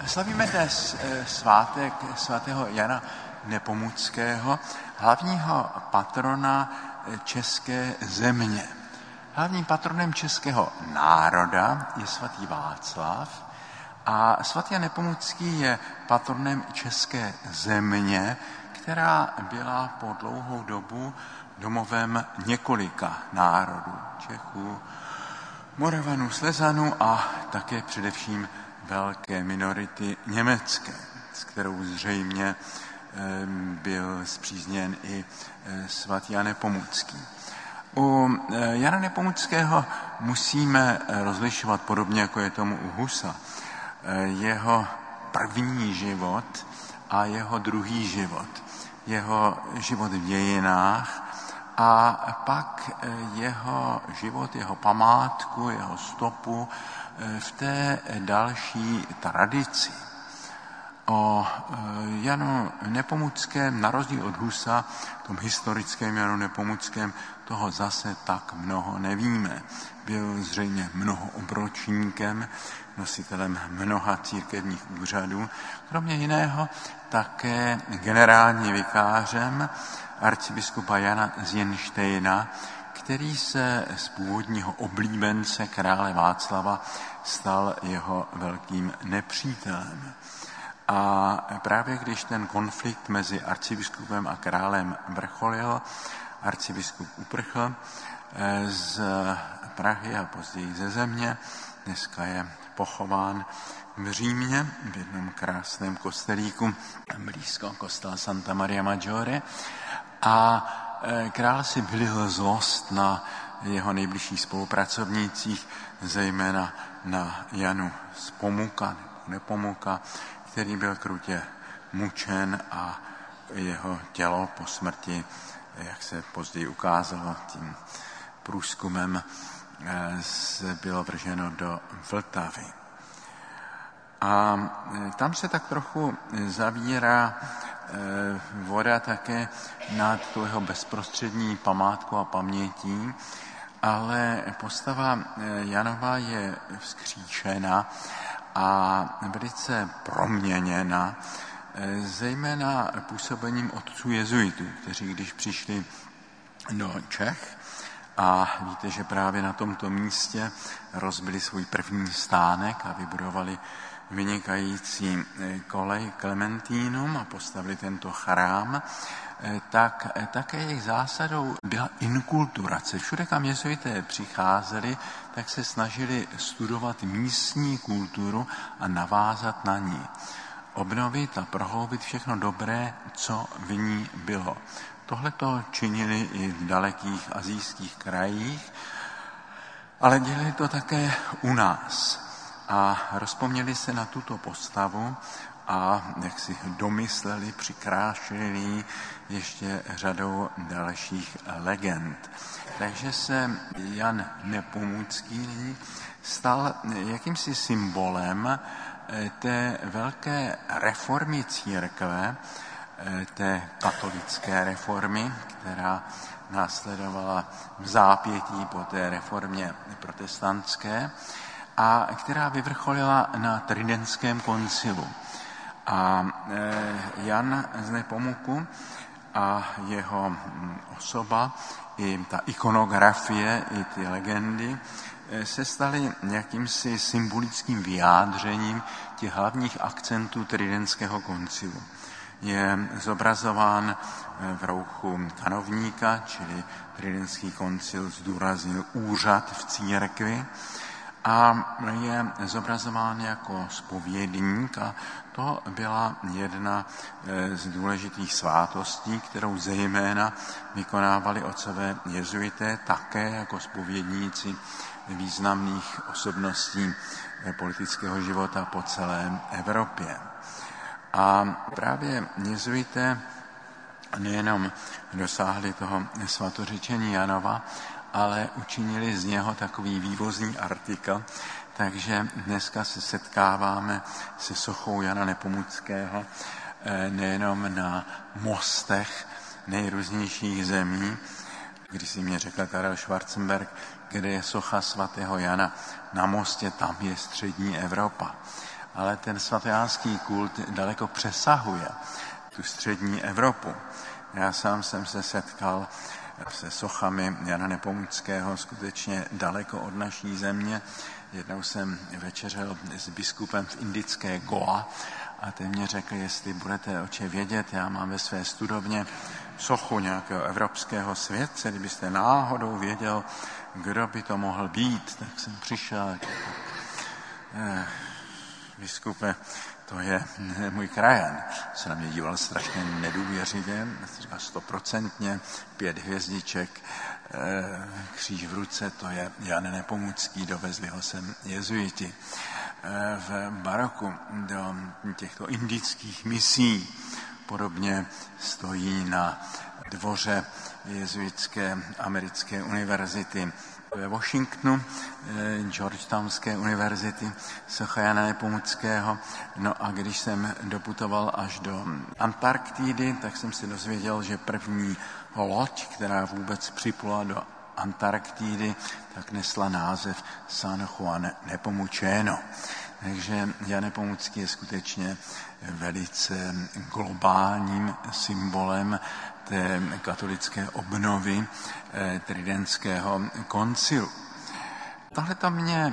Slavíme dnes svátek svatého Jana Nepomuckého, hlavního patrona české země. Hlavním patronem českého národa je svatý Václav a svatý Jan Nepomucký je patronem české země, která byla po dlouhou dobu domovem několika národů. Čechů, Moravanů, Slezanů a také především velké minority německé, s kterou zřejmě byl spřízněn i svatý Jan Nepomucký. U Jana Nepomuckého musíme rozlišovat, podobně jako je tomu u Husa, jeho první život a jeho druhý život. Jeho život v dějinách a pak jeho život, jeho památku, jeho stopu v té další tradici. O Janu Nepomuckém, na rozdíl od Husa, tom historickém Janu Nepomuckém, toho zase tak mnoho nevíme. Byl zřejmě mnohoobročníkem, nositelem mnoha církevních úřadů, kromě jiného také generální vikářem arcibiskupa Jana z Jenštejna, který se z původního oblíbence krále Václava stal jeho velkým nepřítelem. A právě když ten konflikt mezi arcibiskupem a králem vrcholil, arcibiskup uprchl z Prahy a později ze země. Dneska je pochován v Římě, v jednom krásném kostelíku blízko kostela Santa Maria Maggiore. A král si vylil zlost na jeho nejbližších spolupracovnících, zejména na Janu z Pomuka nebo Nepomuka, který byl krutě mučen a jeho tělo po smrti, jak se později ukázalo tím průzkumem, bylo vrženo do Vltavy. A tam se tak trochu zavírá voda také nad tu jeho bezprostřední památku a pamětí, ale postava Janova je vzkříšena a velice proměněna, zejména působením otců jezuitů, kteří když přišli do Čech, a víte, že právě na tomto místě rozbili svůj první stánek a vybudovali vynikající kolej Klementínum a postavili tento chrám, tak také jejich zásadou byla inkulturace. Všude, kam jezuité přicházeli, tak se snažili studovat místní kulturu a navázat na ní. Obnovit a prohloubit všechno dobré, co v ní bylo. Tohle to činili i v dalekých asijských krajích, ale dělali to také u nás. A rozpomněli se na tuto postavu a jak si domysleli, přikrášili ještě řadou dalších legend. Takže se Jan Nepomucký stal jakýmsi symbolem té velké reformy církve, té katolické reformy, která následovala v zápětí po té reformě protestantské a která vyvrcholila na Tridentském koncilu. A Jan z Nepomuku a jeho osoba, i ta ikonografie, i ty legendy se staly jakýmsi symbolickým vyjádřením těch hlavních akcentů Tridentského koncilu. Je zobrazován v rouchu kanovníka, čili Tridentský koncil zdůraznil úřad v církvi, a je zobrazován jako zpovědník a to byla jedna z důležitých svátostí, kterou zejména vykonávali otcové jezuité také jako zpovědníci významných osobností politického života po celé Evropě. A právě jezuité nejenom dosáhli toho svatořečení Janova, ale učinili z něho takový vývozní artikl, takže dneska se setkáváme se sochou Jana Nepomuckého nejenom na mostech nejrůznějších zemí. Když si mě řekl Karel Schwarzenberg, kde je socha svatého Jana na mostě, tam je střední Evropa. ale ten svatojánský kult daleko přesahuje tu střední Evropu. Já sám jsem se setkal se sochami Jana Nepomuckého skutečně daleko od naší země. Jednou jsem večeřel s biskupem v indické Goa a ten mě řekl, jestli budete oče vědět, já mám ve své studovně sochu nějakého evropského světce, kdybyste náhodou věděl, kdo by to mohl být, tak jsem přišel, biskupe, to je můj krajan. Se na mě díval strašně nedůvěřivě, říkal 100%, 5 hvězdiček, kříž v ruce, to je Jan Nepomucký, dovezli ho sem jezuiti. V baroku do těchto indických misí podobně stojí na dvoře jezuitské americké univerzity ve Washingtonu, Georgetownské univerzity, socha Jana Nepomuckého. No a když jsem doputoval až do Antarktidy, tak jsem se dozvěděl, že první loď, která vůbec připlula do Antarktidy, tak nesla název San Juan Nepomuceno. Takže Jan Nepomucký je skutečně velice globálním symbolem té katolické obnovy tridentského koncilu. Tohle to mně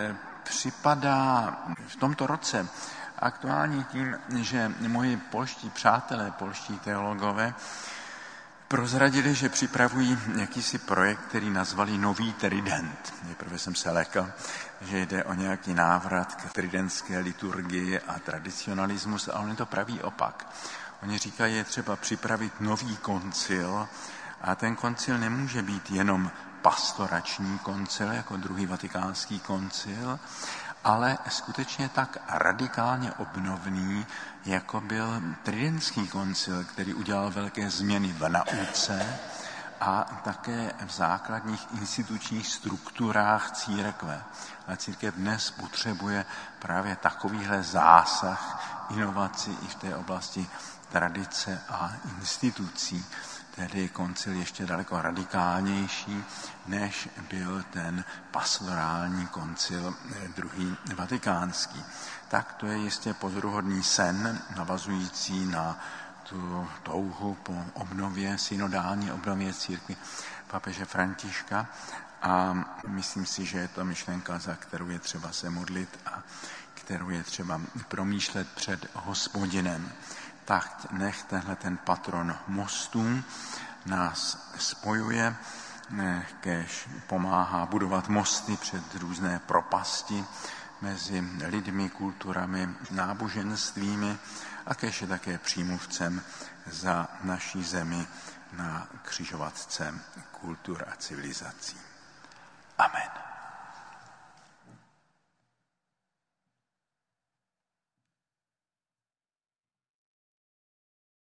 připadá v tomto roce aktuální tím, že moji polští přátelé, polští teologové, prozradili, že připravují jakýsi projekt, který nazvali Nový trident. Nejprve jsem se lekl, že jde o nějaký návrat k tridentské liturgii a tradicionalismus, ale on to pravý opak. Oni říkají, je třeba připravit nový koncil a ten koncil nemůže být jenom pastorační koncil, jako druhý vatikánský koncil, ale skutečně tak radikálně obnovný, jako byl tridentský koncil, který udělal velké změny v nauce a také v základních institučních strukturách církve. A církev dnes potřebuje právě takovýhle zásah, inovaci i v té oblasti tradice a institucí. Tedy koncil ještě daleko radikálnější, než byl ten pastorální koncil druhý vatikánský. Tak to je jistě pozoruhodný sen, navazující na tu touhu po obnově, synodální obnově církve papeže Františka. A myslím si, že je to myšlenka, za kterou je třeba se modlit a kterou je třeba promýšlet před Hospodinem. Tak nech tenhle ten patron mostů nás spojuje, kéž pomáhá budovat mosty před různé propasti mezi lidmi, kulturami, náboženstvími a kéž je také přímluvcem za naší zemi na křižovatce kultur a civilizací. Amen.